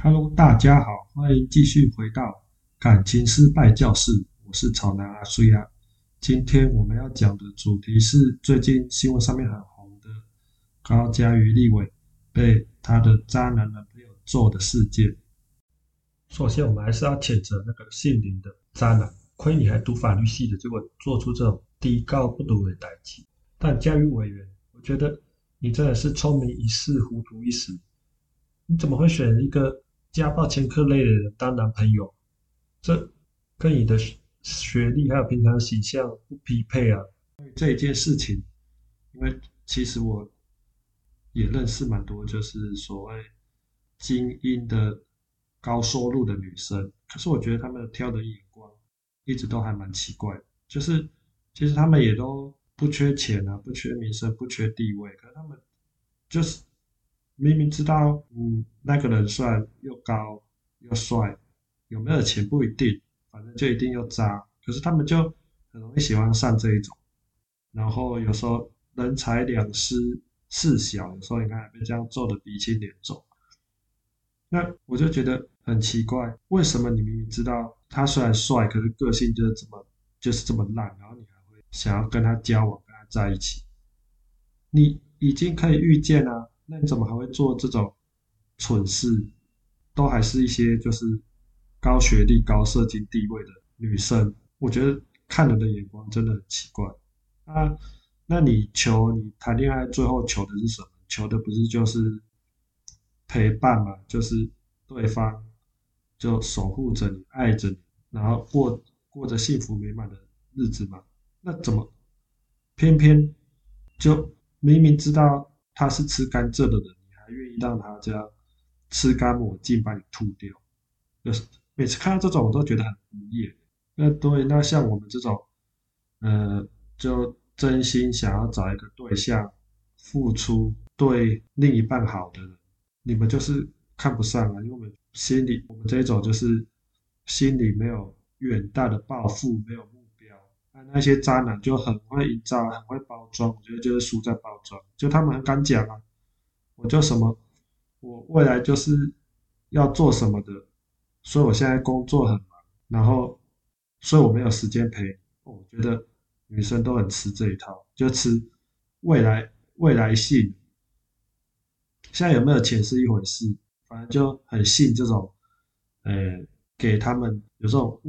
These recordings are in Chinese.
Hello，大家好，欢迎继续回到感情失败教室，我是草男阿衰啊。今天我们要讲的主题是最近新闻上面很红的高嘉瑜立委被他的渣男男朋友揍的事件。首先，我们还是要谴责那个姓林的渣男，亏你还读法律系的，结果做出这种低高不读的代际。但嘉瑜委员，我觉得你真的是聪明一世，糊涂一时。你怎么会选一个家暴前科类的人当男朋友？这跟你的学历还有平常形象不匹配啊！这一件事情，因为其实我也认识蛮多，就是所谓精英的高收入的女生，可是我觉得她们挑的眼光一直都还蛮奇怪的，就是其实她们也都不缺钱啊，不缺名声，不缺地位，可是她们就是明明知道，那个人虽然又高又帅，有没有钱不一定，反正就一定又渣，可是他们就很容易喜欢上这一种。然后有时候人财两失事小，有时候你看被这样揍得鼻青脸肿，那我就觉得很奇怪，为什么你明明知道他虽然帅，可是个性就是这么烂，然后你还会想要跟他交往，跟他在一起？你已经可以预见啊，那你怎么还会做这种蠢事？都还是一些就是高学历、高社经地位的女生，我觉得看人的眼光真的很奇怪。啊，那你谈恋爱最后求的是什么？求的不是就是陪伴嘛，就是对方就守护着你、爱着你，然后过着幸福美满的日子嘛？那怎么偏偏就明明知道他是吃甘蔗的人，你还愿意让他这样吃干抹净把你吐掉？就是每次看到这种，我都觉得很无言。那像我们这种，呃，就真心想要找一个对象，付出对另一半好的人，你们就是看不上啊，因为我们这一种就是心里没有远大的抱负，没有目标。那些渣男就很会营造，很会包装，我觉得就是输在包装，就他们很敢讲啊，我就什么，我未来就是要做什么的，所以我现在工作很忙，然后所以我没有时间陪你。我觉得女生都很吃这一套，就吃未来性。现在有没有钱是一回事，反正就很信这种，呃，给他们有这种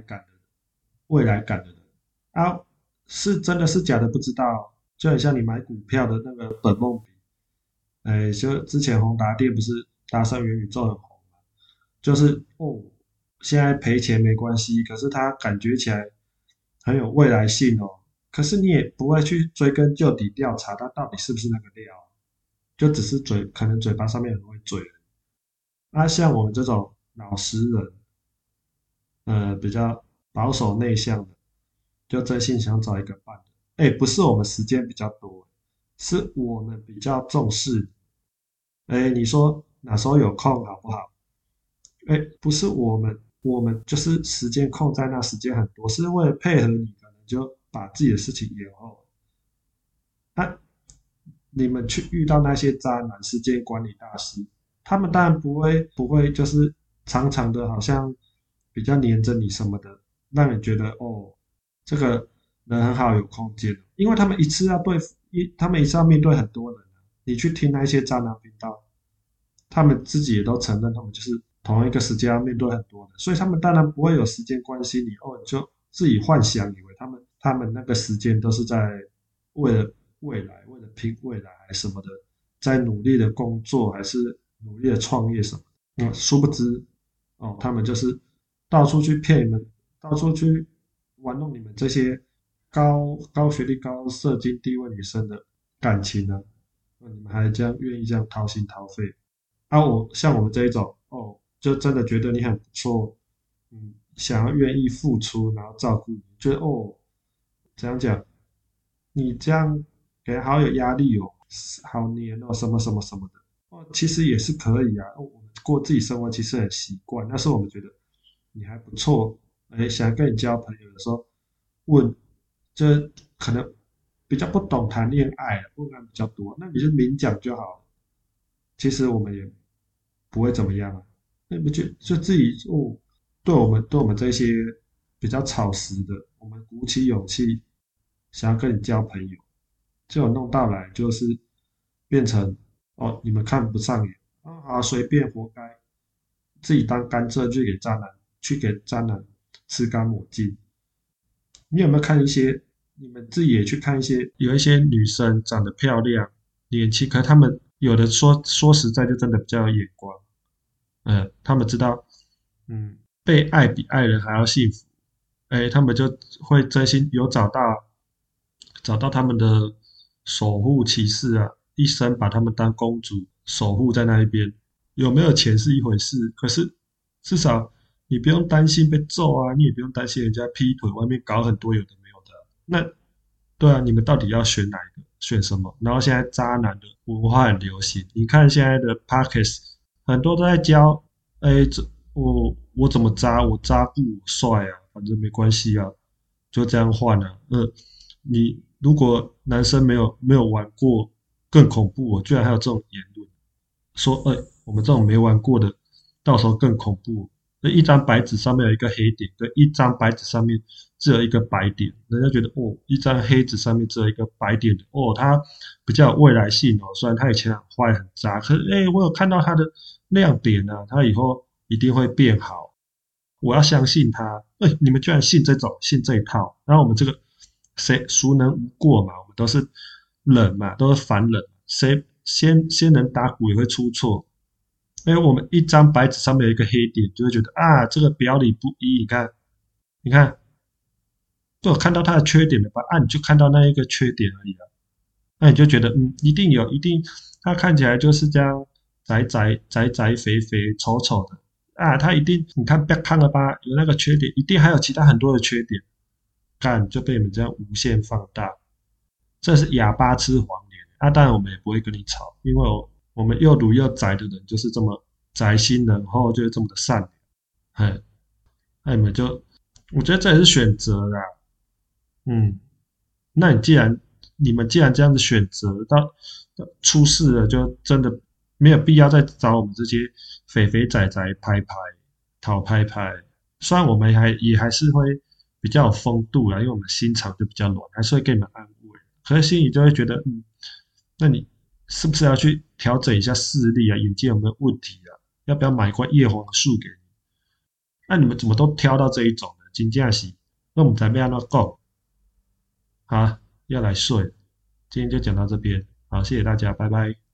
未来感的人啊，是真的是假的不知道，就很像你买股票的那个本梦比，就之前宏达电不是搭上元宇宙很红嘛，就是现在赔钱没关系，可是它感觉起来很有未来性哦。可是你也不会去追根究底调查它到底是不是那个料，就只是可能嘴巴上面很会嘴而已。那像我们这种老实人，比较保守内向的，就真心想找一个伴的。哎，不是我们时间比较多，是我们比较重视。哎，你说哪时候有空好不好？哎，不是我们就是时间空在那，时间很多，是为了配合你，可能就把自己的事情延后。那你们去遇到那些渣男、时间管理大师，他们当然不会就是常常的，好像比较黏着你什么的，让你觉得这个人很好，有空间。因为他们一次要面对很多人啊，你去听那些渣男频道，他们自己也都承认，他们就是同一个时间要面对很多人，所以他们当然不会有时间关心你你就自己幻想以为他们那个时间都是在为了未来，为了拼未来还是什么的，在努力的工作还是努力的创业什么的。殊不知他们就是到处去骗你们，到处去玩弄你们这些高学历、高社经地位女生的感情呢、你们还愿意这样掏心掏肺？像我们这一种就真的觉得你很不错，想要愿意付出，然后照顾你，觉得怎样讲，你这样给人好有压力哦，好黏哦，什么什么什么的其实也是可以啊。我们过自己生活其实很习惯，但是我们觉得你还不错，想跟你交朋友的时候问，这可能比较不懂谈恋爱，问案比较多，那你就明讲就好了。其实我们也不会怎么样啊。 那不就自己哦，对我们这些比较草食的，我们鼓起勇气想要跟你交朋友，结果弄到来就是变成哦，你们看不上眼啊，随便活该，自己当甘蔗去给渣男吃干抹净。你有没有看一些？你们自己也去看一些，有一些女生长得漂亮、年轻，可是她们有的说实在就真的比较有眼光，他们知道，被爱比爱人还要幸福，哎，他们就会真心有找到他们的守护骑士啊，一生把他们当公主守护在那一边。有没有钱是一回事，可是至少你不用担心被揍啊，你也不用担心人家劈腿，外面搞很多有的没有的。那对啊，你们到底要选哪一个？选什么？然后现在渣男的文化很流行，你看现在的 Pockets 很多都在教，哎，我怎么渣？我渣不我帅啊，反正没关系啊，就这样换啊。你如果男生没有玩过更恐怖哦，居然还有这种言论。说，我们这种没玩过的，到时候更恐怖。那一张白纸上面有一个黑点，跟一张白纸上面只有一个白点，人家觉得哦，一张黑纸上面只有一个白点哦，他比较有未来性哦。虽然他以前很坏很渣，可是我有看到他的亮点啊，他以后一定会变好，我要相信他。你们居然信这一套，然后我们这个谁孰能无过嘛？我们都是人嘛，都是凡人，谁仙人打鼓也会出错。我们一张白纸上面有一个黑点，就会觉得啊，这个表里不一。你看，都有看到他的缺点的吧？你就看到那一个缺点而已啊。那你就觉得，一定有，一定他看起来就是这样宅肥肥丑丑的啊，他一定你看不要看了吧，有那个缺点，一定还有其他很多的缺点，就被你们这样无限放大，这是哑巴吃黄连啊！当然我们也不会跟你吵，因为我们又鲁又宅的人就是这么宅心仁厚，就是这么的善良，那你们就，我觉得这也是选择啦，嗯，那你们既然这样子选择，到出事了，就真的没有必要再找我们这些肥肥仔仔拍拍讨拍拍。虽然我们也还是会比较有风度啦，因为我们心肠就比较软，还是会给你们安慰。可是心里就会觉得，那你是不是要去调整一下视力啊？眼睛有没有问题啊？要不要买一块叶黄素给你？那你们怎么都挑到这一种呢？金价是，那我们才被按到够好，要来睡了，今天就讲到这边，好，谢谢大家，拜拜。